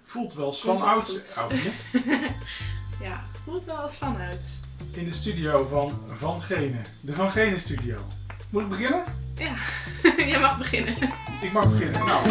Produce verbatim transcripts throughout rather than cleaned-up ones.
Voelt wel eens van ouds. Ja, voelt wel eens van ouds. In de studio van Van Genen. De Van Genen studio. Moet ik beginnen? Ja, jij mag beginnen. Ik mag beginnen. Nou.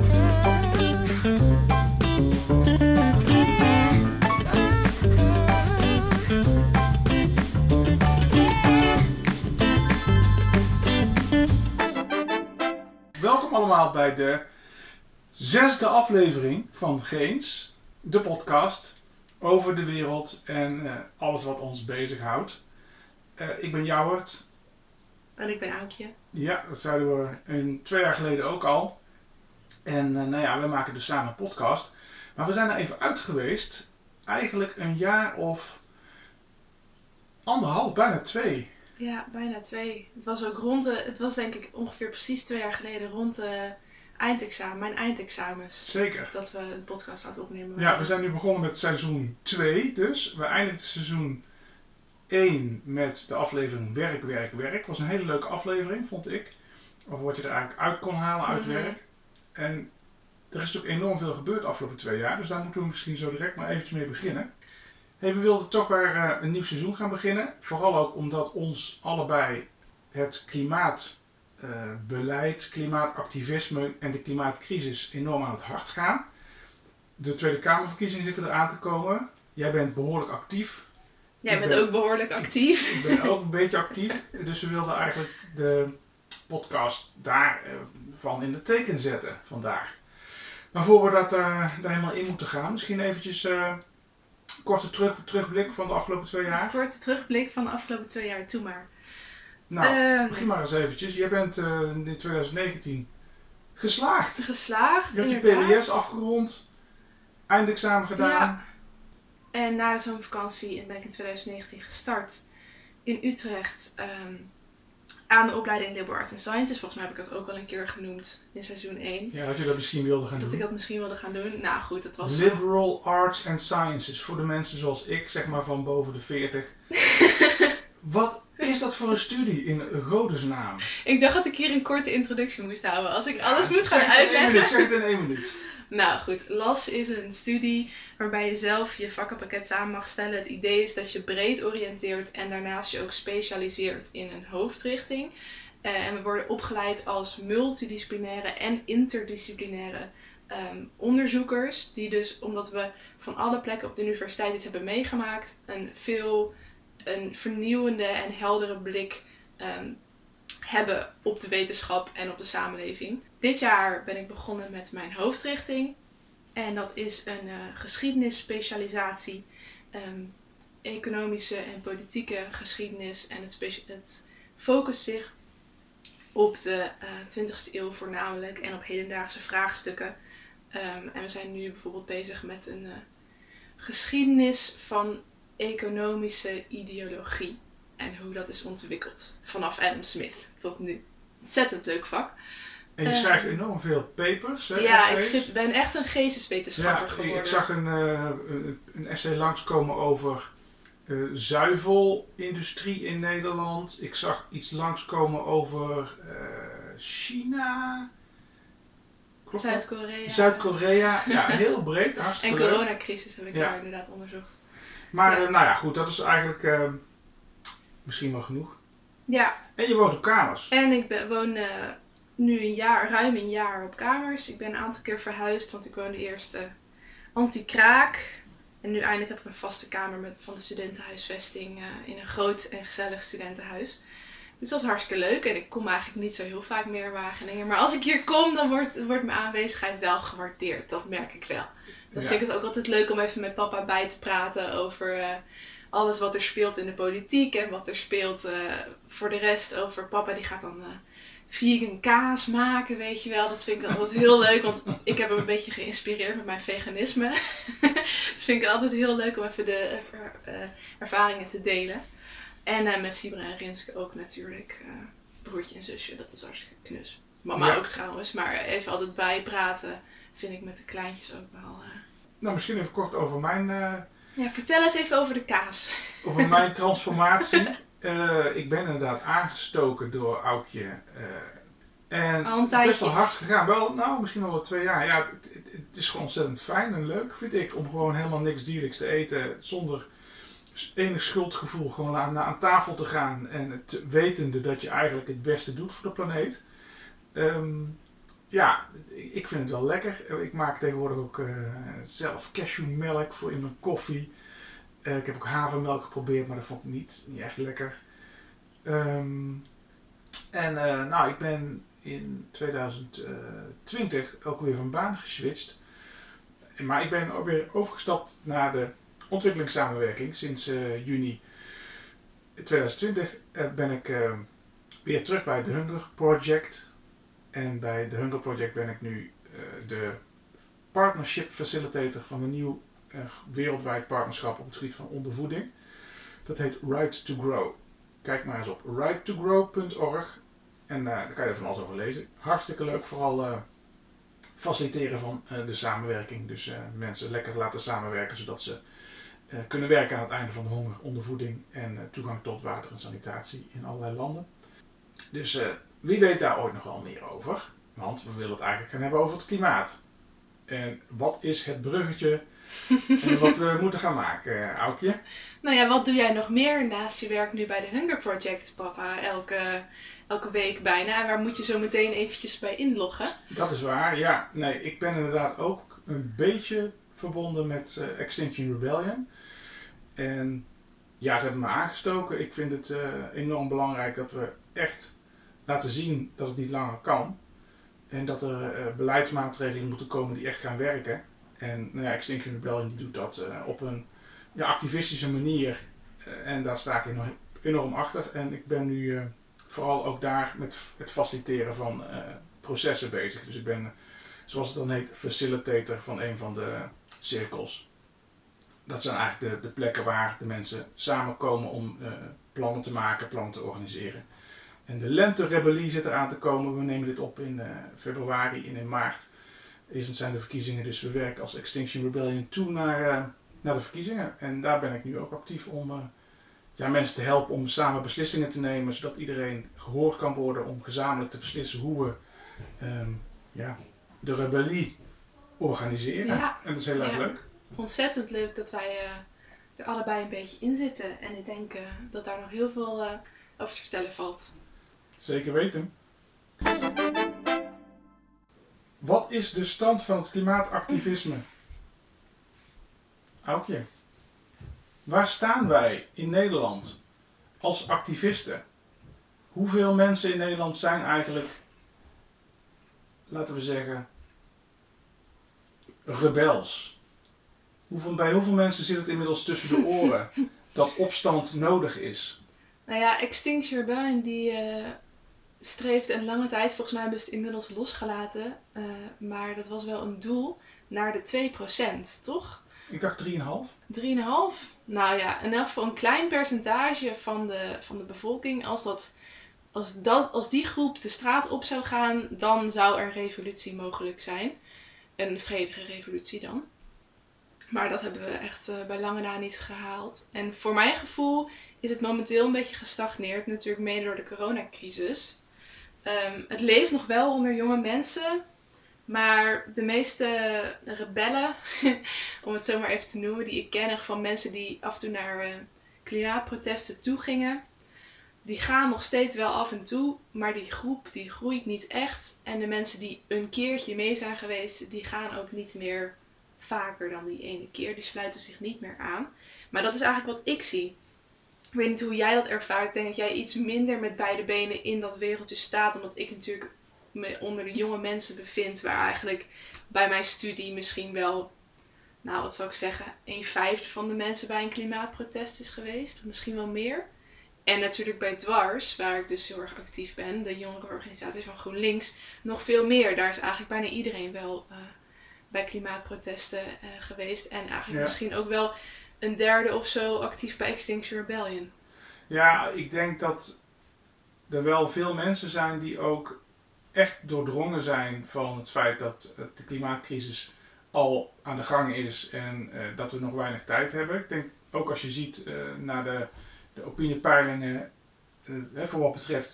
Welkom allemaal bij de zesde aflevering van Geens, de podcast over de wereld en uh, alles wat ons bezighoudt. Uh, ik ben Jouwert. En ik ben Aukje. Ja, dat zeiden we een, twee jaar geleden ook al. En uh, nou ja, we maken dus samen een podcast. Maar we zijn er even uit geweest. Eigenlijk een jaar of anderhalf, bijna twee. Ja, bijna twee. Het was ook rond de, het was denk ik ongeveer precies twee jaar geleden rond de eindexamen, mijn eindexamens. Zeker. Dat we een podcast aan het opnemen waren. Ja, we zijn nu begonnen met seizoen twee dus. We eindigden seizoen één met de aflevering Werk, Werk, Werk. Was een hele leuke aflevering, vond ik. Over wat je er eigenlijk uit kon halen uit Mm-hmm. werk. En er is natuurlijk enorm veel gebeurd de afgelopen twee jaar. Dus daar moeten we misschien zo direct maar eventjes mee beginnen. Hey, we wilden toch weer uh, een nieuw seizoen gaan beginnen. Vooral ook omdat ons allebei het klimaatbeleid, uh, klimaatactivisme en de klimaatcrisis enorm aan het hart gaan. De Tweede Kamerverkiezingen zitten eraan te komen. Jij bent behoorlijk actief. Jij ik bent ben, ook behoorlijk actief. Ik ben ook een beetje actief. Dus we wilden eigenlijk de podcast daarvan uh, in de teken zetten vandaag. Maar voor we dat, uh, daar helemaal in moeten gaan, misschien eventjes uh, een korte terug, terugblik van de afgelopen twee jaar. Een korte terugblik van de afgelopen twee jaar, toe maar. Nou, uh, begin maar eens eventjes. Jij bent uh, in twintig negentien geslaagd. Geslaagd, Je hebt inderdaad. je P D S afgerond, eindexamen gedaan. Ja. En na de zomervakantie ben ik in twintig negentien gestart in Utrecht um, aan de opleiding Liberal Arts and Sciences. Volgens mij heb ik dat ook al een keer genoemd in seizoen één. Ja, dat je dat misschien wilde gaan dat doen. Dat ik dat misschien wilde gaan doen. Nou goed, het was... Liberal Arts and Sciences. Voor de mensen zoals ik, zeg maar van boven de veertig. Wat is dat voor een studie in godesnaam? Ik dacht dat ik hier een korte introductie moest houden. Als ik Ja, alles moet zeg gaan het in uitleggen. één minuut, zeg het in één minuut. Nou goed, L A S is een studie waarbij je zelf je vakkenpakket samen mag stellen. Het idee is dat je breed oriënteert en daarnaast je ook specialiseert in een hoofdrichting. Uh, en we worden opgeleid als multidisciplinaire en interdisciplinaire um, onderzoekers. Die dus, omdat we van alle plekken op de universiteit iets hebben meegemaakt, een veel een vernieuwende en heldere blik um, hebben op de wetenschap en op de samenleving. Dit jaar ben ik begonnen met mijn hoofdrichting. En dat is een uh, geschiedenisspecialisatie. Um, economische en politieke geschiedenis. En het, spe- het focust zich op de uh, twintigste eeuw voornamelijk. En op hedendaagse vraagstukken. Um, en we zijn nu bijvoorbeeld bezig met een uh, geschiedenis van economische ideologie. En hoe dat is ontwikkeld. Vanaf Adam Smith tot nu. Ontzettend leuk vak. En je schrijft uh, enorm veel papers, hè, ja, essays. ik zit, ben echt een geesteswetenschapper ja, geworden. Ik zag een, uh, een essay langskomen over uh, zuivelindustrie in Nederland. Ik zag iets langskomen over uh, China. Klopt dat? Zuid-Korea. Zuid-Korea, ja, heel breed, hartstikke En leuk. coronacrisis heb ik ja. daar inderdaad onderzocht. Maar ja. Uh, nou ja, goed, dat is eigenlijk uh, misschien wel genoeg. Ja. En je woont op kamers. En ik ben, woon uh, nu een jaar, ruim een jaar op kamers. Ik ben een aantal keer verhuisd, want ik woonde eerst uh, anti-kraak. En nu eindelijk heb ik een vaste kamer met, van de studentenhuisvesting uh, in een groot en gezellig studentenhuis. Dus dat is hartstikke leuk. En ik kom eigenlijk niet zo heel vaak meer in Wageningen. Maar als ik hier kom, dan wordt, wordt mijn aanwezigheid wel gewaardeerd. Dat merk ik wel. Dan ja. vind ik het ook altijd leuk om even met papa bij te praten over uh, alles wat er speelt in de politiek. En wat er speelt uh, voor de rest over papa. Die gaat dan uh, vegan kaas maken, weet je wel. Dat vind ik altijd heel leuk. Want ik heb hem een beetje geïnspireerd met mijn veganisme. Dus vind ik het altijd heel leuk om even de uh, ervaringen te delen. En uh, met Sibra en Rinske ook natuurlijk. Uh, broertje en zusje, dat is hartstikke knus. Mama ja. ook trouwens. Maar even altijd bijpraten vind ik met de kleintjes ook wel... Uh... Nou, misschien even kort over mijn... Uh... Ja, vertel eens even over de kaas. Over mijn transformatie. uh, ik ben inderdaad aangestoken door Aukje uh, En Al een het is best wel tijdje. hard gegaan. Wel, nou, misschien wel wat twee jaar. Ja, het, het, het is gewoon ontzettend fijn en leuk, vind ik, om gewoon helemaal niks dierlijks te eten. Zonder enig schuldgevoel gewoon aan, aan tafel te gaan. En het wetende dat je eigenlijk het beste doet voor de planeet. Um, ja, ik vind het wel lekker. Ik maak tegenwoordig ook uh, zelf cashewmelk voor in mijn koffie. Uh, ik heb ook havermelk geprobeerd, maar dat vond ik niet, niet echt lekker. Um, en uh, nou, ik ben in tweeduizend twintig ook weer van baan geswitcht. Maar ik ben ook weer overgestapt naar de ontwikkelingssamenwerking. Sinds uh, juni tweeduizend twintig uh, ben ik uh, weer terug bij The Hunger Project. En bij The Hunger Project ben ik nu uh, de partnership facilitator van een nieuw uh, wereldwijd partnerschap op het gebied van ondervoeding. Dat heet Right to Grow. Kijk maar eens op right to grow punt org en uh, daar kan je er van alles over lezen. Hartstikke leuk, vooral uh, faciliteren van uh, de samenwerking. Dus uh, mensen lekker laten samenwerken zodat ze uh, kunnen werken aan het einde van de honger, ondervoeding en uh, toegang tot water en sanitatie in allerlei landen. Dus uh, wie weet daar ooit nog wel meer over. Want we willen het eigenlijk gaan hebben over het klimaat. En wat is het bruggetje en wat we moeten gaan maken, uh, Aukje? Nou ja, wat doe jij nog meer naast je werk nu bij de Hunger Project, papa? Elke, elke week bijna. En waar moet je zo meteen eventjes bij inloggen? Dat is waar, ja. Nee, ik ben inderdaad ook een beetje verbonden met uh, Extinction Rebellion. En ja, ze hebben me aangestoken. Ik vind het uh, enorm belangrijk dat we echt laten zien dat het niet langer kan. En dat er uh, beleidsmaatregelen moeten komen die echt gaan werken. En nou ja, Extinction Rebellion die doet dat uh, op een ja, activistische manier. Uh, en daar sta ik enorm, enorm achter. En ik ben nu uh, vooral ook daar met het faciliteren van uh, processen bezig. Dus ik ben, zoals het dan heet, facilitator van een van de cirkels. Dat zijn eigenlijk de, de plekken waar de mensen samenkomen om uh, plannen te maken, plannen te organiseren. En de lente-rebellie zit eraan te komen. We nemen dit op in uh, februari en in maart. Eerst zijn de verkiezingen, dus we werken als Extinction Rebellion toe naar, uh, naar de verkiezingen. En daar ben ik nu ook actief om uh, ja, mensen te helpen om samen beslissingen te nemen, zodat iedereen gehoord kan worden om gezamenlijk te beslissen hoe we um, ja, de rebellie organiseren. Ja. En dat is heel erg Ja. leuk. Ontzettend leuk dat wij uh, er allebei een beetje in zitten. En ik denk uh, dat daar nog heel veel uh, over te vertellen valt. Zeker weten. Wat is de stand van het klimaatactivisme? Aukje, waar staan wij in Nederland als activisten? Hoeveel mensen in Nederland zijn eigenlijk, laten we zeggen, rebels? Hoeveel, bij hoeveel mensen zit het inmiddels tussen de oren dat opstand nodig is? Nou ja, Extinction Rebellion die uh, streeft een lange tijd, volgens mij hebben ze het inmiddels losgelaten, uh, maar dat was wel een doel, naar de twee procent, toch? Ik dacht drie komma vijf. drie komma vijf? Nou ja, in elk geval een klein percentage van de, van de bevolking. Als, dat, als, dat, als die groep de straat op zou gaan, dan zou er een revolutie mogelijk zijn. Een vredige revolutie dan. Maar dat hebben we echt uh, bij lange na niet gehaald. En voor mijn gevoel is het momenteel een beetje gestagneerd. Natuurlijk mede door de coronacrisis. Um, het leeft nog wel onder jonge mensen. Maar de meeste rebellen, om het zo maar even te noemen, die ik ken, van mensen die af en toe naar uh, klimaatprotesten toe gingen, die gaan nog steeds wel af en toe, maar die groep die groeit niet echt. En de mensen die een keertje mee zijn geweest, die gaan ook niet meer vaker dan die ene keer. Die sluiten zich niet meer aan. Maar dat is eigenlijk wat ik zie. Ik weet niet hoe jij dat ervaart. Ik denk dat jij iets minder met beide benen in dat wereldje staat, omdat ik natuurlijk me onder de jonge mensen bevind, waar eigenlijk bij mijn studie misschien wel, nou wat zou ik zeggen, een vijfde van de mensen bij een klimaatprotest is geweest. Of misschien wel meer. En natuurlijk bij Dwars, waar ik dus heel erg actief ben, de jongerenorganisatie van GroenLinks, nog veel meer. Daar is eigenlijk bijna iedereen wel uh, bij klimaatprotesten uh, geweest. En eigenlijk Ja. misschien ook wel een derde of zo actief bij Extinction Rebellion. Ja, ik denk dat er wel veel mensen zijn die ook echt doordrongen zijn van het feit dat de klimaatcrisis al aan de gang is en uh, dat we nog weinig tijd hebben. Ik denk ook als je ziet uh, naar de, de opiniepeilingen uh, voor wat betreft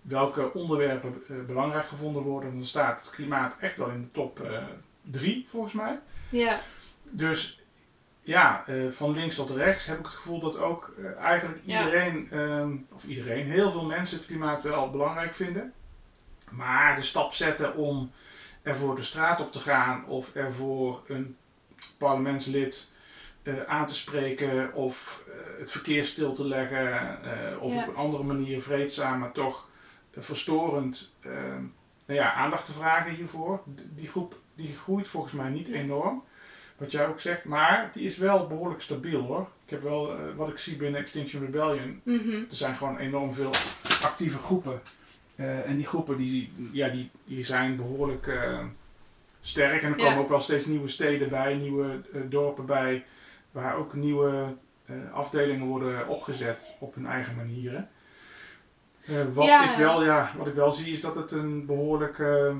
welke onderwerpen uh, belangrijk gevonden worden, dan staat het klimaat echt wel in de top uh, drie volgens mij. Ja. Dus ja, uh, van links tot rechts heb ik het gevoel dat ook uh, eigenlijk iedereen, ja. um, of iedereen, heel veel mensen het klimaat wel belangrijk vinden. Maar de stap zetten om ervoor de straat op te gaan of ervoor een parlementslid uh, aan te spreken of uh, het verkeer stil te leggen uh, of ja. op een andere manier vreedzaam, maar toch uh, verstorend uh, nou ja, aandacht te vragen hiervoor. Die groep die groeit volgens mij niet enorm, wat jij ook zegt, maar die is wel behoorlijk stabiel hoor. Ik heb wel, uh, wat ik zie binnen Extinction Rebellion, mm-hmm. er zijn gewoon enorm veel actieve groepen. Uh, en die groepen die, ja, die, die zijn behoorlijk uh, sterk en er komen ja. ook wel steeds nieuwe steden bij, nieuwe uh, dorpen bij, waar ook nieuwe uh, afdelingen worden opgezet op hun eigen manieren. Uh, wat, ja. ik wel, ja, wat ik wel zie is dat het een behoorlijk, uh,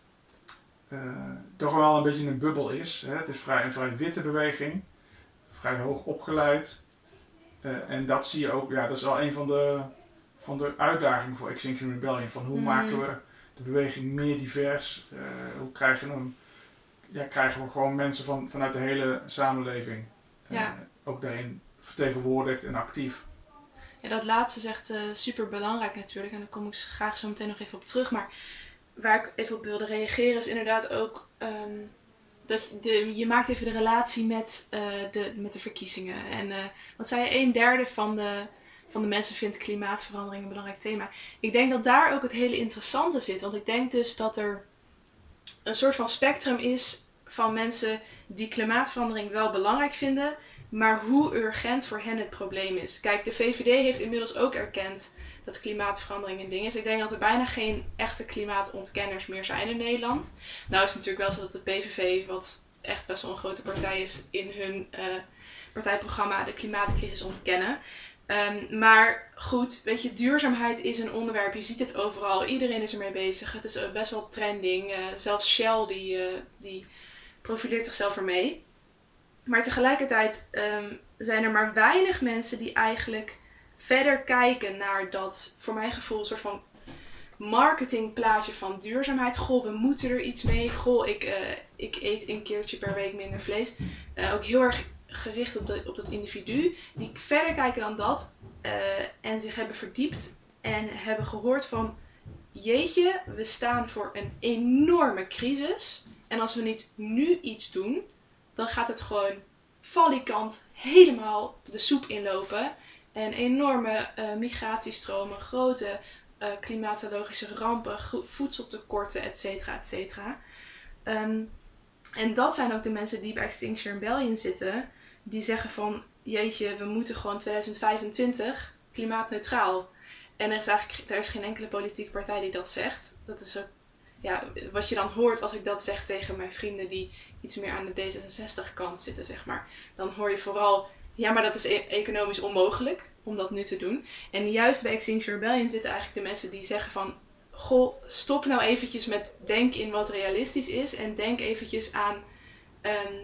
uh, toch wel een beetje een bubbel is. Hè? Het is vrij, een vrij witte beweging, vrij hoog opgeleid. Uh, en dat zie je ook, ja, dat is al een van de... van de uitdaging voor Extinction Rebellion. Van hoe mm. maken we de beweging meer divers? Uh, hoe krijgen we, hem, ja, krijgen we gewoon mensen van, vanuit de hele samenleving uh, ja. ook daarin vertegenwoordigd en actief. Ja, dat laatste is echt uh, super belangrijk natuurlijk. En daar kom ik graag zo meteen nog even op terug. Maar waar ik even op wilde reageren is inderdaad ook... Um, dat de, je maakt even de relatie met, uh, de, met de verkiezingen. En uh, wat zei je, een derde van de... van de mensen vindt klimaatverandering een belangrijk thema. Ik denk dat daar ook het hele interessante zit. Want ik denk dus dat er een soort van spectrum is van mensen die klimaatverandering wel belangrijk vinden, maar hoe urgent voor hen het probleem is. Kijk, de V V D heeft inmiddels ook erkend dat klimaatverandering een ding is. Ik denk dat er bijna geen echte klimaatontkenners meer zijn in Nederland. Nou is het natuurlijk wel zo dat de P V V, wat echt best wel een grote partij is, in hun uh, partijprogramma de klimaatcrisis ontkennen. Um, maar goed, weet je, duurzaamheid is een onderwerp. Je ziet het overal. Iedereen is ermee bezig. Het is uh, best wel trending. Uh, zelfs Shell die, uh, die profileert zichzelf ermee. Maar tegelijkertijd um, zijn er maar weinig mensen die eigenlijk verder kijken naar dat, voor mijn gevoel, een soort van marketingplaatje van duurzaamheid. Goh, we moeten er iets mee. Goh, ik, uh, ik eet een keertje per week minder vlees. Uh, ook heel erg gericht op, de, op dat individu, die verder kijken dan dat uh, en zich hebben verdiept en hebben gehoord van jeetje, we staan voor een enorme crisis en als we niet nu iets doen, dan gaat het gewoon valikant helemaal de soep inlopen en enorme uh, migratiestromen, grote uh, klimatologische rampen, voedseltekorten, et cetera, et cetera. Um, en dat zijn ook de mensen die bij Extinction Rebellion zitten, die zeggen van, jeetje, we moeten gewoon twintig vijfentwintig klimaatneutraal. En er is eigenlijk er is geen enkele politieke partij die dat zegt. Dat is ook, ja, wat je dan hoort als ik dat zeg tegen mijn vrienden die iets meer aan de D zesenzestig kant zitten, zeg maar. Dan hoor je vooral, ja, maar dat is e- economisch onmogelijk om dat nu te doen. En juist bij Extinction Rebellion zitten eigenlijk de mensen die zeggen van, goh, stop nou eventjes met denk in wat realistisch is en denk eventjes aan um,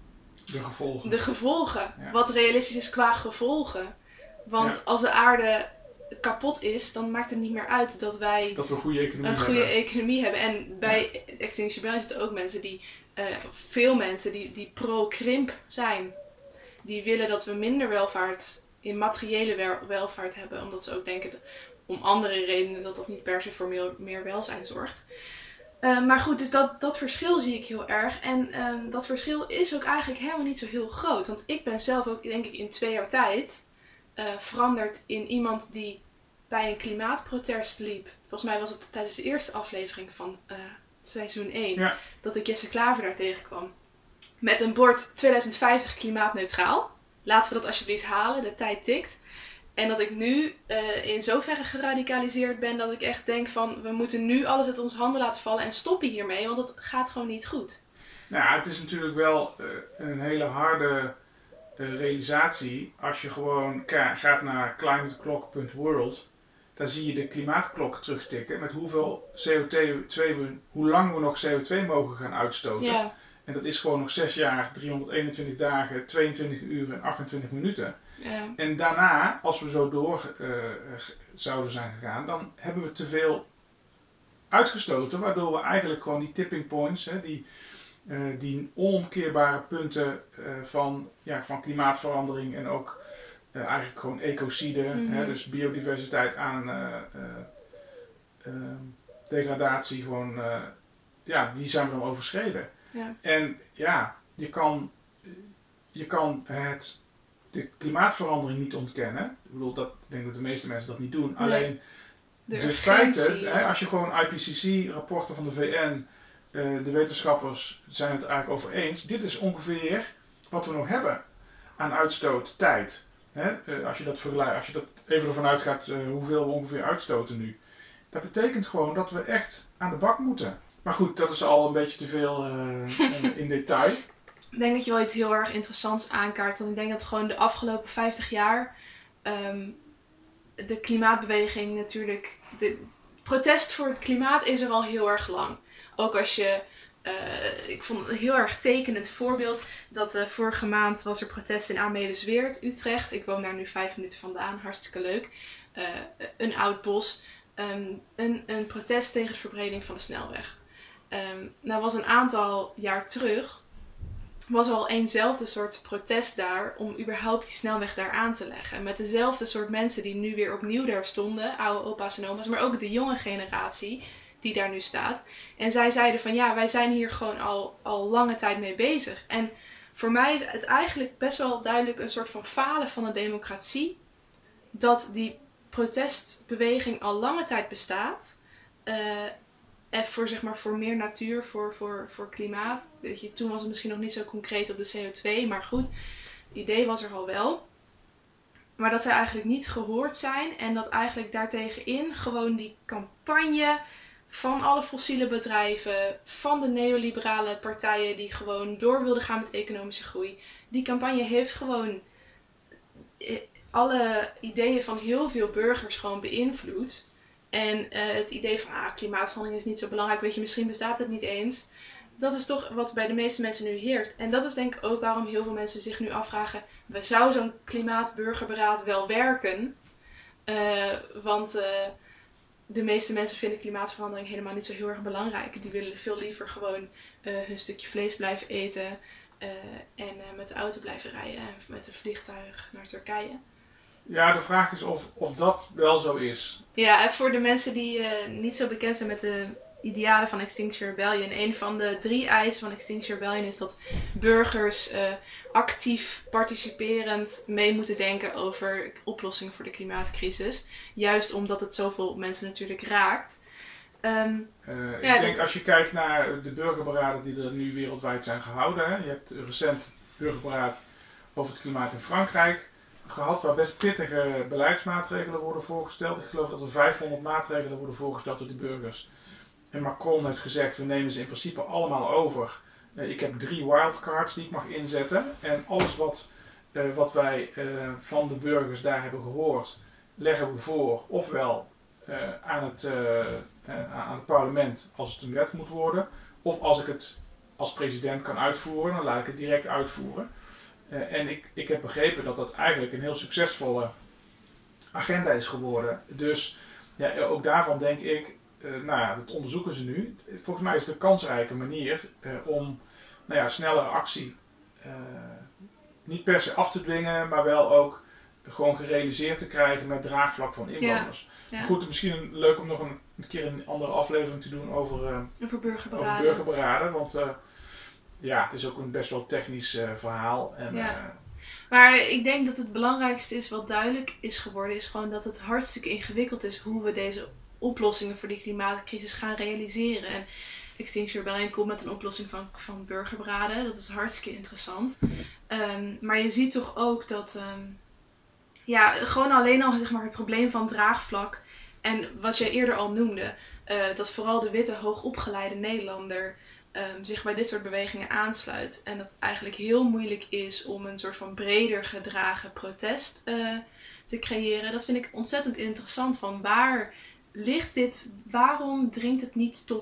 de gevolgen. De gevolgen. Ja. Wat realistisch is qua gevolgen. Want ja. als de aarde kapot is, dan maakt het niet meer uit dat wij dat we een goede economie een hebben. goede economie hebben. En bij ja. Extinction Rebellion zitten ook mensen die, uh, veel mensen die, die pro-krimp zijn. Die willen dat we minder welvaart, in materiële wel- welvaart hebben, omdat ze ook denken dat, om andere redenen dat dat niet per se voor meer, meer welzijn zorgt. Uh, maar goed, dus dat, dat verschil zie ik heel erg. En uh, dat verschil is ook eigenlijk helemaal niet zo heel groot. Want ik ben zelf ook, denk ik, in twee jaar tijd uh, veranderd in iemand die bij een klimaatprotest liep. Volgens mij was het tijdens de eerste aflevering van uh, seizoen één. Ja. Dat ik Jesse Klaver daar tegenkwam. Met een bord twintig vijftig klimaatneutraal. Laten we dat alsjeblieft halen, de tijd tikt. En dat ik nu uh, in zoverre geradicaliseerd ben dat ik echt denk van, we moeten nu alles uit onze handen laten vallen en stoppen hiermee, want het gaat gewoon niet goed. Nou, het is natuurlijk wel uh, een hele harde uh, realisatie als je gewoon ka- gaat naar climateclock punt world. Dan zie je de klimaatklok terugtikken met hoeveel C O twee we, hoe lang we nog C O twee mogen gaan uitstoten. Ja. En dat is gewoon nog zes jaar, driehonderdeenentwintig dagen, tweeëntwintig uur en achtentwintig minuten. Ja. En daarna, als we zo door uh, zouden zijn gegaan, dan hebben we te veel uitgestoten, waardoor we eigenlijk gewoon die tipping points, hè, die, uh, die onomkeerbare punten uh, van, ja, van klimaatverandering en ook uh, eigenlijk gewoon ecocide, mm-hmm. hè, dus biodiversiteit aan uh, uh, uh, degradatie, gewoon, uh, ja, die zijn we dan overschreden. Ja. En ja, je kan, je kan het, de klimaatverandering niet ontkennen. Ik bedoel, dat, ik denk dat de meeste mensen dat niet doen. Nee. Alleen de, de feiten, ja. hè, als je gewoon I P C C-rapporten van de V N, uh, de wetenschappers zijn het eigenlijk over eens. Dit is ongeveer wat we nog hebben aan uitstoot tijd. Hè? Uh, als je dat vergelijkt, als je dat even ervan uitgaat uh, hoeveel we ongeveer uitstoten nu. Dat betekent gewoon dat we echt aan de bak moeten. Maar goed, dat is al een beetje te veel uh, in detail. Ik denk dat je wel iets heel erg interessants aankaart. Want ik denk dat gewoon de afgelopen vijftig jaar um, de klimaatbeweging natuurlijk... De protest voor het klimaat is er al heel erg lang. Ook als je... Uh, ik vond het een heel erg tekenend voorbeeld dat uh, vorige maand was er protest in Amelisweert, Utrecht. Ik woon daar nu vijf minuten vandaan, hartstikke leuk. Uh, een oud bos. Um, een, een protest tegen de verbreding van de snelweg. Um, nou was een aantal jaar terug, was er al eenzelfde soort protest daar om überhaupt die snelweg daar aan te leggen. Met dezelfde soort mensen die nu weer opnieuw daar stonden, oude opa's en oma's, maar ook de jonge generatie die daar nu staat. En zij zeiden van ja, wij zijn hier gewoon al, al lange tijd mee bezig. En voor mij is het eigenlijk best wel duidelijk een soort van falen van de democratie, dat die protestbeweging al lange tijd bestaat. Uh, en voor, zeg maar, voor meer natuur, voor, voor, voor klimaat. Weet je, toen was het misschien nog niet zo concreet op de C O twee, maar goed, het idee was er al wel. Maar dat zij eigenlijk niet gehoord zijn en dat eigenlijk daartegenin gewoon die campagne van alle fossiele bedrijven, van de neoliberale partijen die gewoon door wilden gaan met economische groei. Die campagne heeft gewoon alle ideeën van heel veel burgers gewoon beïnvloed. En uh, het idee van ah, klimaatverandering is niet zo belangrijk, weet je, misschien bestaat het niet eens. Dat is toch wat bij de meeste mensen nu heerst. En dat is denk ik ook waarom heel veel mensen zich nu afvragen, zou zo'n klimaatburgerberaad wel werken? Uh, want uh, de meeste mensen vinden klimaatverandering helemaal niet zo heel erg belangrijk. Die willen veel liever gewoon uh, hun stukje vlees blijven eten uh, en uh, met de auto blijven rijden en met een vliegtuig naar Turkije. Ja, de vraag is of, of dat wel zo is. Ja, en voor de mensen die uh, niet zo bekend zijn met de idealen van Extinction Rebellion. Een van de drie eisen van Extinction Rebellion is dat burgers uh, actief, participerend mee moeten denken over oplossingen voor de klimaatcrisis. Juist omdat het zoveel mensen natuurlijk raakt. Um, uh, ja, ik denk de... als je kijkt naar de burgerberaden die er nu wereldwijd zijn gehouden. Hè. Je hebt recent burgerberaad over het klimaat in Frankrijk gehad, waar best pittige beleidsmaatregelen worden voorgesteld. Ik geloof dat er vijfhonderd maatregelen worden voorgesteld door de burgers. En Macron heeft gezegd, we nemen ze in principe allemaal over. Uh, ik heb drie wildcards die ik mag inzetten. En alles wat, uh, wat wij uh, van de burgers daar hebben gehoord, leggen we voor. Ofwel uh, aan, het, uh, uh, aan het parlement als het een wet moet worden. Of als ik het als president kan uitvoeren, dan laat ik het direct uitvoeren. Uh, en ik, ik heb begrepen dat dat eigenlijk een heel succesvolle agenda is geworden. Dus ja, ook daarvan denk ik, uh, nou ja, dat onderzoeken ze nu. Volgens mij is het een kansrijke manier uh, om nou ja, snellere actie uh, niet per se af te dwingen, maar wel ook gewoon gerealiseerd te krijgen met draagvlak van inwoners. Ja, ja. Goed, misschien leuk om nog een, een keer een andere aflevering te doen over, uh, over burgerberaden. Over burgerberaden, want uh, ja, het is ook een best wel technisch uh, verhaal. En, ja. uh, maar ik denk dat het belangrijkste is wat duidelijk is geworden, is gewoon dat het hartstikke ingewikkeld is hoe we deze oplossingen voor die klimaatcrisis gaan realiseren. En Extinction Rebellion komt met een oplossing van, van burgerberaden. Dat is hartstikke interessant. Um, maar je ziet toch ook dat um, ja, gewoon alleen al zeg maar, het probleem van draagvlak en wat jij eerder al noemde, uh, dat vooral de witte hoogopgeleide Nederlander Um, zich bij dit soort bewegingen aansluit. En dat het eigenlijk heel moeilijk is om een soort van breder gedragen protest uh, te creëren. Dat vind ik ontzettend interessant. Van waar ligt dit? Waarom dringt het niet tot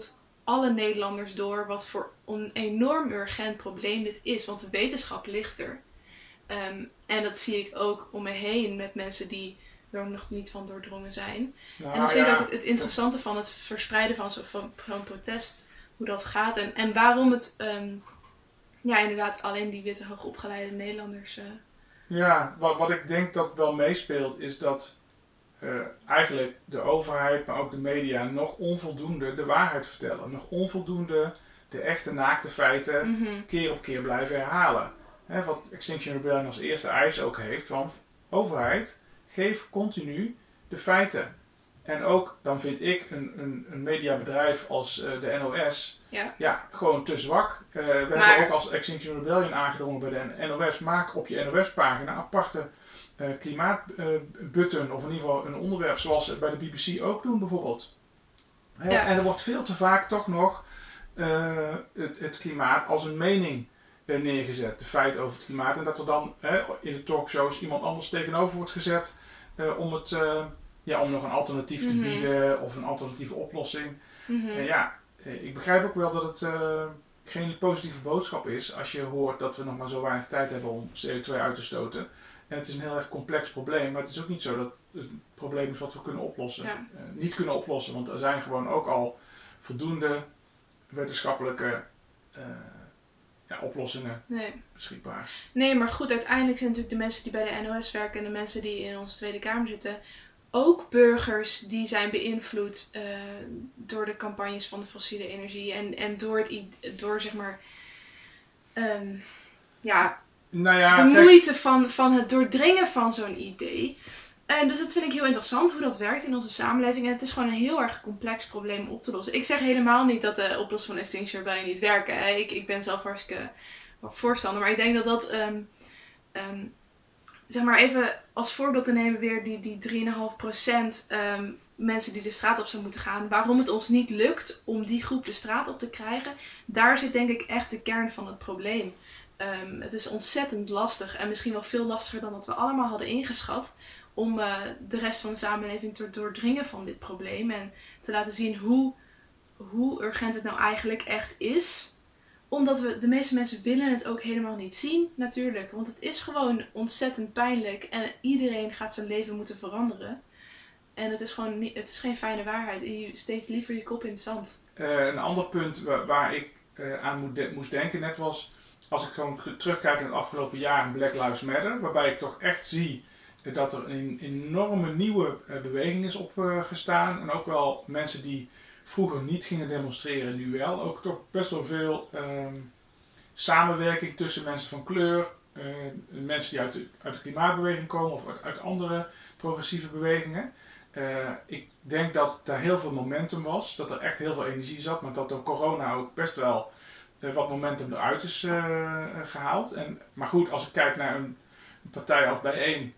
alle Nederlanders door wat voor een enorm urgent probleem dit is. Want de wetenschap ligt er. Um, en dat zie ik ook om me heen met mensen die er nog niet van doordrongen zijn. Nou, en dat vind ik ja. ook het, het interessante van het verspreiden van, zo, van zo'n protest. Hoe dat gaat. En, en waarom het um, ja, inderdaad alleen die witte hoogopgeleide Nederlanders... Uh... Ja, wat, wat ik denk dat wel meespeelt is dat uh, eigenlijk de overheid, maar ook de media nog onvoldoende de waarheid vertellen. Nog onvoldoende de echte naakte feiten mm-hmm. keer op keer blijven herhalen. He, wat Extinction Rebellion als eerste eis ook heeft van overheid, geef continu de feiten. En ook, dan vind ik een, een, een mediabedrijf als uh, de N O S ja. Ja, gewoon te zwak. Uh, we maar... hebben ook als Extinction Rebellion aangedrongen bij de N O S, maak op je N O S-pagina een aparte uh, klimaatbutton uh, of in ieder geval een onderwerp zoals ze bij de B B C ook doen bijvoorbeeld. He, ja. En er wordt veel te vaak toch nog uh, het, het klimaat als een mening uh, neergezet, de feiten over het klimaat. En dat er dan uh, in de talkshows iemand anders tegenover wordt gezet uh, om het... Uh, Ja, om nog een alternatief te mm-hmm. bieden of een alternatieve oplossing. Mm-hmm. En ja, ik begrijp ook wel dat het uh, geen positieve boodschap is als je hoort dat we nog maar zo weinig tijd hebben om C O twee uit te stoten. En het is een heel erg complex probleem, maar het is ook niet zo dat het een probleem is wat we kunnen oplossen. Ja. Uh, niet kunnen oplossen, want er zijn gewoon ook al voldoende wetenschappelijke uh, ja, oplossingen nee. beschikbaar. Nee, maar goed, uiteindelijk zijn natuurlijk de mensen die bij de N O S werken en de mensen die in onze Tweede Kamer zitten... ook burgers die zijn beïnvloed uh, door de campagnes van de fossiele energie en, en door, het, door zeg maar, um, ja, nou ja, de kijk. moeite van, van het doordringen van zo'n idee. En dus dat vind ik heel interessant hoe dat werkt in onze samenleving. En het is gewoon een heel erg complex probleem op te lossen. Ik zeg helemaal niet dat de oplossing van Extinction Rebellion niet werken. Hè. Ik, ik ben zelf hartstikke voorstander, maar ik denk dat dat... Um, um, Zeg maar even als voorbeeld te nemen weer die, die drie komma vijf procent um, mensen die de straat op zou moeten gaan. Waarom het ons niet lukt om die groep de straat op te krijgen. Daar zit denk ik echt de kern van het probleem. Um, het is ontzettend lastig en misschien wel veel lastiger dan dat we allemaal hadden ingeschat. Om uh, de rest van de samenleving te doordringen van dit probleem. En te laten zien hoe, hoe urgent het nou eigenlijk echt is. Omdat we, de meeste mensen willen het ook helemaal niet zien, natuurlijk. Want het is gewoon ontzettend pijnlijk. En iedereen gaat zijn leven moeten veranderen. En het is gewoon niet, het is geen fijne waarheid. En je steekt liever je kop in het zand. Uh, een ander punt waar, waar ik uh, aan moet de, moest denken net was... Als ik gewoon terugkijk naar het afgelopen jaar in Black Lives Matter. Waarbij ik toch echt zie uh, dat er een enorme nieuwe uh, beweging is opgestaan. Uh, en ook wel mensen die... vroeger niet gingen demonstreren, nu wel. Ook toch best wel veel um, samenwerking tussen mensen van kleur, uh, mensen die uit de, uit de klimaatbeweging komen of uit, uit andere progressieve bewegingen. Uh, ik denk dat daar heel veel momentum was, dat er echt heel veel energie zat, maar dat door corona ook best wel uh, wat momentum eruit is uh, gehaald. En, maar goed, als ik kijk naar een, een partij als Bijeen,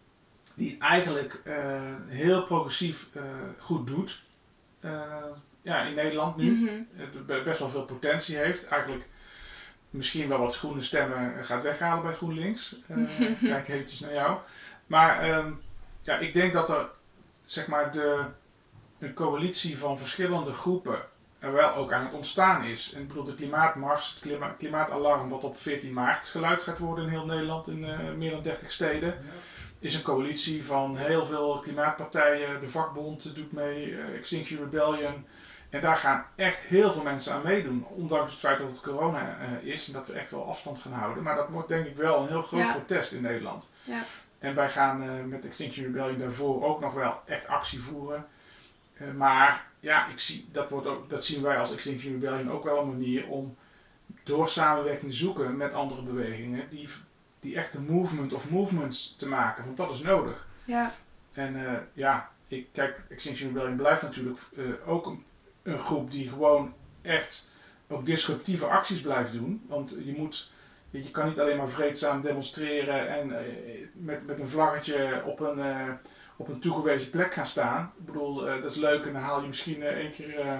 die eigenlijk uh, heel progressief uh, goed doet. Uh, ja, in Nederland nu. Mm-hmm. Het best wel veel potentie heeft. Eigenlijk misschien wel wat groene stemmen gaat weghalen bij GroenLinks. Uh, kijk eventjes naar jou. Maar um, ja, ik denk dat er zeg maar de, een coalitie van verschillende groepen er wel ook aan het ontstaan is. En ik bedoel, de klimaatmars, het klima- klimaatalarm wat op veertien maart geluid gaat worden in heel Nederland in uh, meer dan dertig steden. Ja. Is een coalitie van heel veel klimaatpartijen, de vakbond doet mee, uh, Extinction Rebellion. En daar gaan echt heel veel mensen aan meedoen. Ondanks het feit dat het corona uh, is en dat we echt wel afstand gaan houden. Maar dat wordt denk ik wel een heel groot ja. protest in Nederland. Ja. En wij gaan uh, met Extinction Rebellion daarvoor ook nog wel echt actie voeren. Uh, maar ja, ik zie, dat, wordt ook, dat zien wij als Extinction Rebellion ook wel een manier om door samenwerking te zoeken met andere bewegingen. Die, die echt een movement of movements te maken. Want dat is nodig. Ja. En uh, ja, ik, kijk, Extinction Rebellion blijft natuurlijk uh, ook een, een groep die gewoon echt ook disruptieve acties blijft doen. Want je moet, je kan niet alleen maar vreedzaam demonstreren en uh, met, met een vlaggetje op een, uh, op een toegewezen plek gaan staan. Ik bedoel, uh, dat is leuk en dan haal je misschien uh, één keer uh,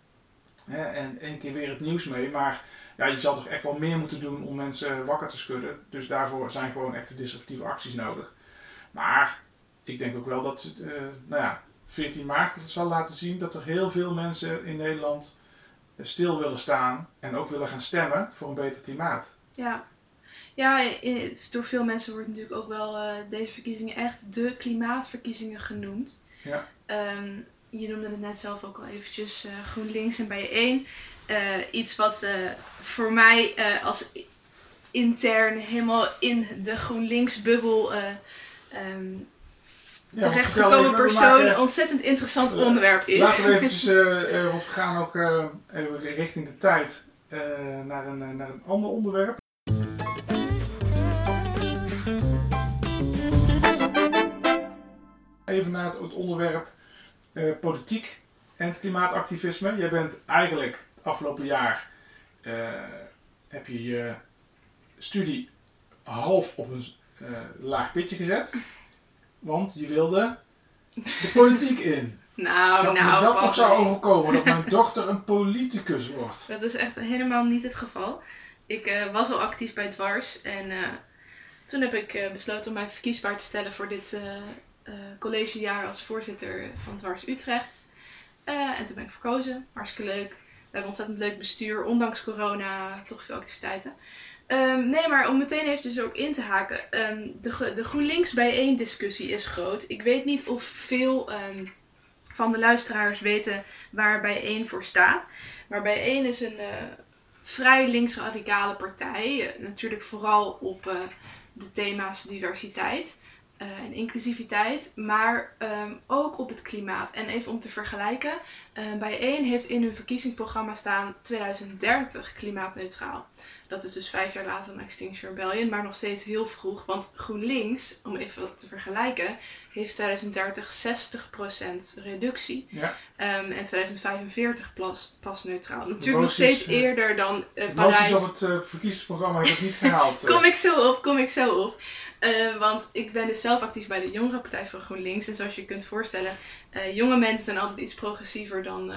hè, en één keer weer het nieuws mee. Maar ja, je zal toch echt wel meer moeten doen om mensen wakker te schudden. Dus daarvoor zijn gewoon echte disruptieve acties nodig. Maar ik denk ook wel dat, uh, nou ja, veertien maart zal laten zien dat er heel veel mensen in Nederland stil willen staan en ook willen gaan stemmen voor een beter klimaat. Ja, ja in, door veel mensen wordt natuurlijk ook wel uh, deze verkiezingen echt de klimaatverkiezingen genoemd. Ja. Um, je noemde het net zelf ook al eventjes uh, GroenLinks en bijeen. Uh, iets wat uh, voor mij uh, als intern helemaal in de GroenLinks-bubbel uh, um, ja, terechtgekomen persoon een ontzettend interessant uh, onderwerp is. Laten we eventjes, uh, uh, want we gaan ook uh, even richting de tijd uh, naar, een, uh, naar een ander onderwerp. Even naar het onderwerp uh, politiek en het klimaatactivisme. Jij bent eigenlijk het afgelopen jaar uh, heb je je studie half op een uh, laag pitje gezet. Want je wilde de politiek in. Nou, dat nou, me dat papa. nog zou overkomen, dat mijn dochter een politicus wordt. Dat is echt helemaal niet het geval. Ik uh, was al actief bij Dwars en uh, toen heb ik uh, besloten om mij verkiesbaar te stellen voor dit uh, uh, collegejaar als voorzitter van Dwars Utrecht. Uh, en toen ben ik verkozen. Hartstikke leuk. We hebben ontzettend leuk bestuur, ondanks corona, toch veel activiteiten. Um, nee, maar om meteen eventjes ook in te haken. Um, de, de GroenLinks bijeen discussie is groot. Ik weet niet of veel um, van de luisteraars weten waar bijeen voor staat. Maar bijeen is een uh, vrij linksradicale partij. Uh, natuurlijk vooral op uh, de thema's diversiteit uh, en inclusiviteit. Maar um, ook op het klimaat. En even om te vergelijken. Uh, bijeen heeft in hun verkiezingsprogramma staan tweeduizend dertig klimaatneutraal. Dat is dus vijf jaar later dan Extinction Rebellion, maar nog steeds heel vroeg. Want GroenLinks, om even wat te vergelijken, heeft tweeduizend dertig zestig procent reductie. Ja. Um, en tweeduizend vijfenveertig pas, pas neutraal. Natuurlijk nog steeds uh, eerder dan uh, Parijs. Parijs. op het uh, verkiezingsprogramma heeft het niet gehaald. kom ik zo op, kom ik zo op. Uh, want ik ben dus zelf actief bij de Jongerenpartij van GroenLinks. En zoals je kunt voorstellen, uh, jonge mensen zijn altijd iets progressiever dan, uh,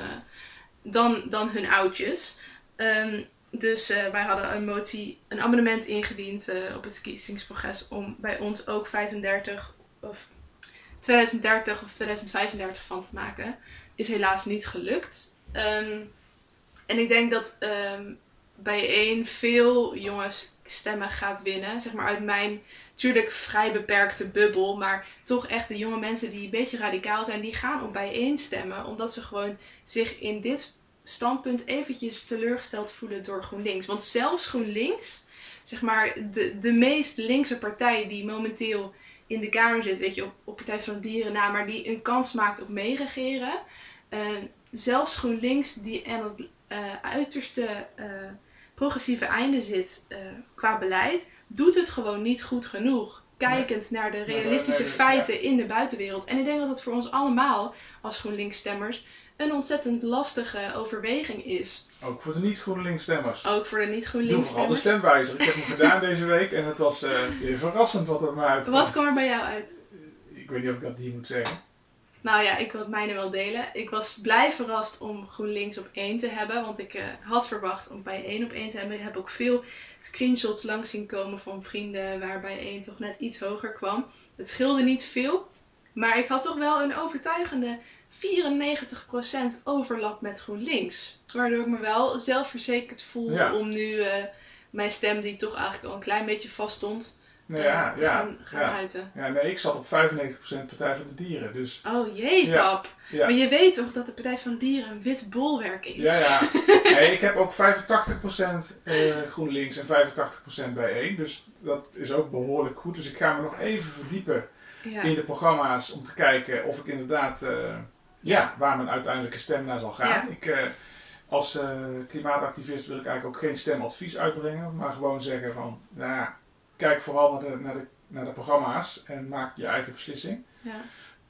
dan, dan hun oudjes. Um, Dus uh, wij hadden een motie, een amendement ingediend uh, op het verkiezingsprogres om bij ons ook vijfendertig of tweeduizend dertig of tweeduizend vijfendertig van te maken. Is helaas niet gelukt. Um, en ik denk dat um, bijeen veel jonge stemmen gaat winnen. Zeg maar uit mijn natuurlijk vrij beperkte bubbel, maar toch echt de jonge mensen die een beetje radicaal zijn, die gaan op bijeen stemmen. Omdat ze gewoon zich in dit standpunt eventjes teleurgesteld voelen door GroenLinks. Want zelfs GroenLinks, zeg maar de, de meest linkse partij die momenteel in de Kamer zit, weet je, op, op Partij van de Dieren na, maar die een kans maakt op meeregeren. Uh, zelfs GroenLinks die aan het uh, uiterste uh, progressieve einde zit uh, qua beleid, doet het gewoon niet goed genoeg. Kijkend naar de realistische nee, nee, nee, feiten ja. in de buitenwereld. En ik denk dat het voor ons allemaal als GroenLinks stemmers een ontzettend lastige overweging is. Ook voor de niet-GroenLinks stemmers. Ook voor de niet-GroenLinks Doe vooral de stemmers. stemwijzer. Ik heb hem gedaan deze week en het was uh, weer verrassend wat er maar uitkwam. Wat kwam er bij jou uit? Ik weet niet of ik dat hier moet zeggen. Nou ja, ik wil het mijne wel delen. Ik was blij verrast om GroenLinks op één te hebben. Want ik uh, had verwacht om bij één op één te hebben. Ik heb ook veel screenshots langs zien komen van vrienden waarbij één toch net iets hoger kwam. Het scheelde niet veel. Maar ik had toch wel een overtuigende vierennegentig procent overlap met GroenLinks. Waardoor ik me wel zelfverzekerd voel Ja. om nu uh, mijn stem, die toch eigenlijk al een klein beetje vast stond, Nou uh, ja, te ja, gaan, gaan ja. uiten. Ja, nee, ik zat op vijfennegentig procent Partij van de Dieren. Dus Oh jee, Ja. pap. ja. Maar je weet toch dat de Partij van de Dieren een wit bolwerk is? Ja, ja. Nee, ik heb ook vijfentachtig procent uh, GroenLinks en vijfentachtig procent bijeen. Dus dat is ook behoorlijk goed. Dus ik ga me nog even verdiepen Ja. in de programma's om te kijken of ik inderdaad, uh, ja, Ja. waar mijn uiteindelijke stem naar zal gaan. Ja. Ik, uh, als uh, klimaatactivist wil ik eigenlijk ook geen stemadvies uitbrengen, maar gewoon zeggen van, nou ja, kijk vooral naar de, naar de, naar de programma's en maak je eigen beslissing. Ja.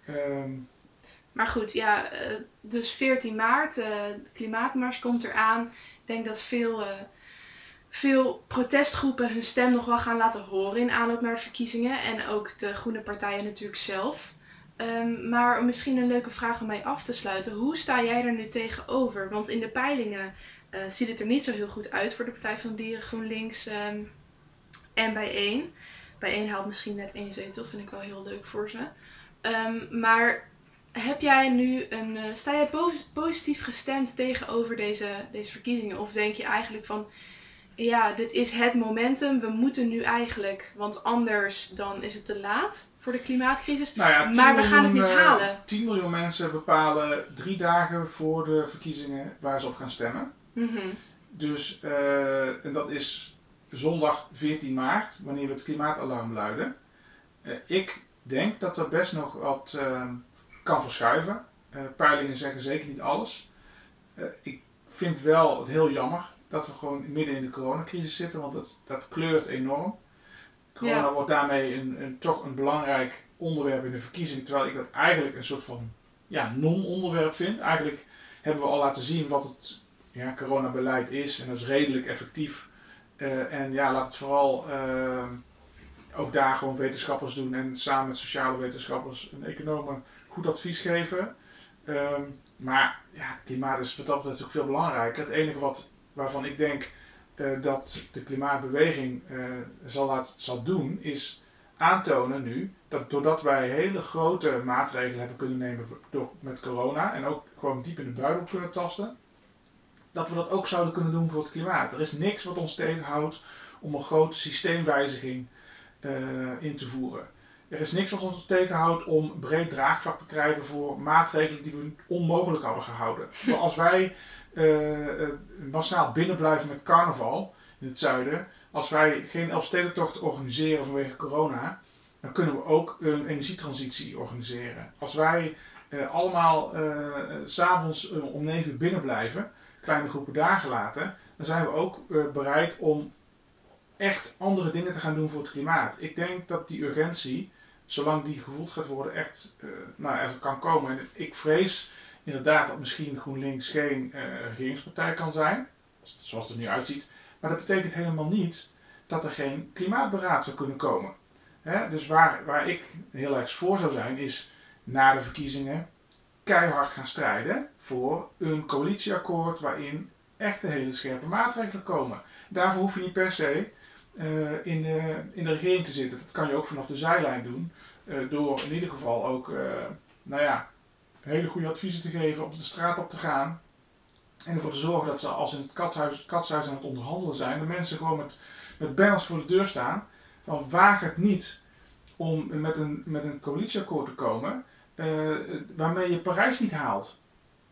Um, Maar goed, ja, uh, dus veertien maart, uh, de klimaatmars komt eraan. Ik denk dat veel, uh, veel protestgroepen hun stem nog wel gaan laten horen in aanloop naar de verkiezingen. En ook de groene partijen natuurlijk zelf. Um, maar misschien een leuke vraag om mee af te sluiten. Hoe sta jij er nu tegenover? Want in de peilingen uh, ziet het er niet zo heel goed uit voor de Partij van de Dieren, GroenLinks um, en bijeen. bijeen haalt misschien net één zetel, vind ik wel heel leuk voor ze. Um, maar heb jij nu een, uh, sta jij pos- positief gestemd tegenover deze, deze verkiezingen? Of denk je eigenlijk van, ja, dit is het momentum, we moeten nu eigenlijk, want anders dan is het te laat voor de klimaatcrisis. Nou ja, maar we gaan het niet uh, halen. tien miljoen mensen bepalen drie dagen voor de verkiezingen waar ze op gaan stemmen. Mm-hmm. Dus, uh, en dat is zondag veertien maart, wanneer we het klimaatalarm luiden. Uh, ik denk dat er best nog wat uh, kan verschuiven. Uh, peilingen zeggen zeker niet alles. Uh, ik vind wel het heel jammer dat we gewoon midden in de coronacrisis zitten, want dat, dat kleurt enorm. Corona ja. wordt daarmee een, een, toch een belangrijk onderwerp in de verkiezingen, terwijl ik dat eigenlijk een soort van ja, non-onderwerp vind. Eigenlijk hebben we al laten zien wat het ja, coronabeleid is en dat is redelijk effectief. Uh, en ja, laat het vooral uh, ook daar gewoon wetenschappers doen en samen met sociale wetenschappers en economen goed advies geven. Um, maar ja, het klimaat is wat dat betreft natuurlijk veel belangrijker. Het enige wat, waarvan ik denk uh, dat de klimaatbeweging uh, zal, laat, zal doen, is aantonen nu dat doordat wij hele grote maatregelen hebben kunnen nemen door, met corona en ook gewoon diep in de buidel kunnen tasten, dat we dat ook zouden kunnen doen voor het klimaat. Er is niks wat ons tegenhoudt om een grote systeemwijziging uh, in te voeren. Er is niks wat ons tegenhoudt om breed draagvlak te krijgen voor maatregelen die we onmogelijk hadden gehouden. Maar als wij uh, uh, massaal binnen blijven met carnaval in het zuiden, als wij geen Elfstedentocht organiseren vanwege corona, dan kunnen we ook een energietransitie organiseren. Als wij uh, allemaal uh, uh, 's avonds uh, om negen uur binnen blijven, kleine groepen dagen laten, dan zijn we ook uh, bereid om echt andere dingen te gaan doen voor het klimaat. Ik denk dat die urgentie, zolang die gevoeld gaat worden, echt uh, nou, er kan komen. En ik vrees inderdaad dat misschien GroenLinks geen uh, regeringspartij kan zijn, zoals het er nu uitziet. Maar dat betekent helemaal niet dat er geen klimaatberaad zou kunnen komen. Hè? Dus waar, waar ik heel erg voor zou zijn, is na de verkiezingen keihard gaan strijden voor een coalitieakkoord waarin echt hele scherpe maatregelen komen. Daarvoor hoef je niet per se uh, in, de, in de regering te zitten. Dat kan je ook vanaf de zijlijn doen. Uh, door in ieder geval ook uh, nou ja, hele goede adviezen te geven, op de straat op te gaan. En ervoor te zorgen dat ze als in het katshuis, katshuis aan het onderhandelen zijn, de mensen gewoon met, met banners voor de deur staan. Van waag het niet om met een, met een coalitieakkoord te komen uh, waarmee je Parijs niet haalt.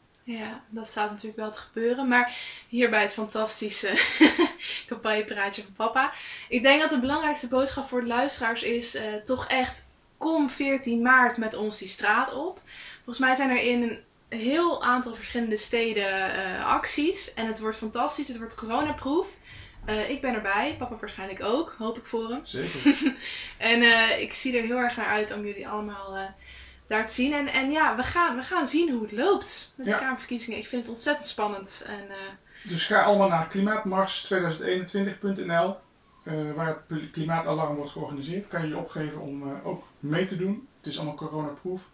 Ja, dat staat natuurlijk wel te gebeuren. Maar hier bij het fantastische campagnepraatje van papa. Ik denk dat de belangrijkste boodschap voor de luisteraars is uh, toch echt, kom veertien maart met ons die straat op. Volgens mij zijn er in een heel aantal verschillende steden uh, acties. En het wordt fantastisch, het wordt coronaproof. Uh, ik ben erbij, papa waarschijnlijk ook, hoop ik voor hem. Zeker. En uh, ik zie er heel erg naar uit om jullie allemaal uh, daar te zien. En, en ja, we gaan, we gaan zien hoe het loopt met ja. de Kamerverkiezingen. Ik vind het ontzettend spannend. En, uh... Dus ga allemaal naar klimaatmars tweeduizend eenentwintig punt n l, uh, waar het klimaatalarm wordt georganiseerd. Kan je je opgeven om uh, ook mee te doen. Het is allemaal coronaproof.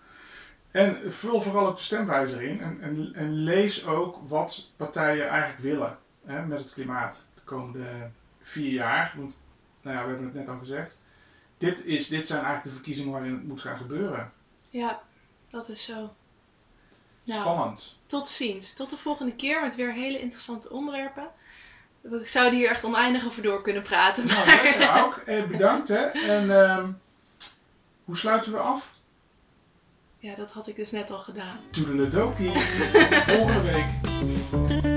En vul vooral ook de stemwijzer in. En, en, en lees ook wat partijen eigenlijk willen hè, met het klimaat de komende vier jaar. Want, nou ja, we hebben het net al gezegd. Dit, is, dit zijn eigenlijk de verkiezingen waarin het moet gaan gebeuren. Ja, dat is zo. Nou, spannend. Tot ziens. Tot de volgende keer met weer hele interessante onderwerpen. We zouden hier echt oneindig over door kunnen praten. Maar... Nou, lekker ook. Eh, bedankt hè. En uh, hoe sluiten we af? Ja, dat had ik dus net al gedaan. Toedeledokie. Volgende week.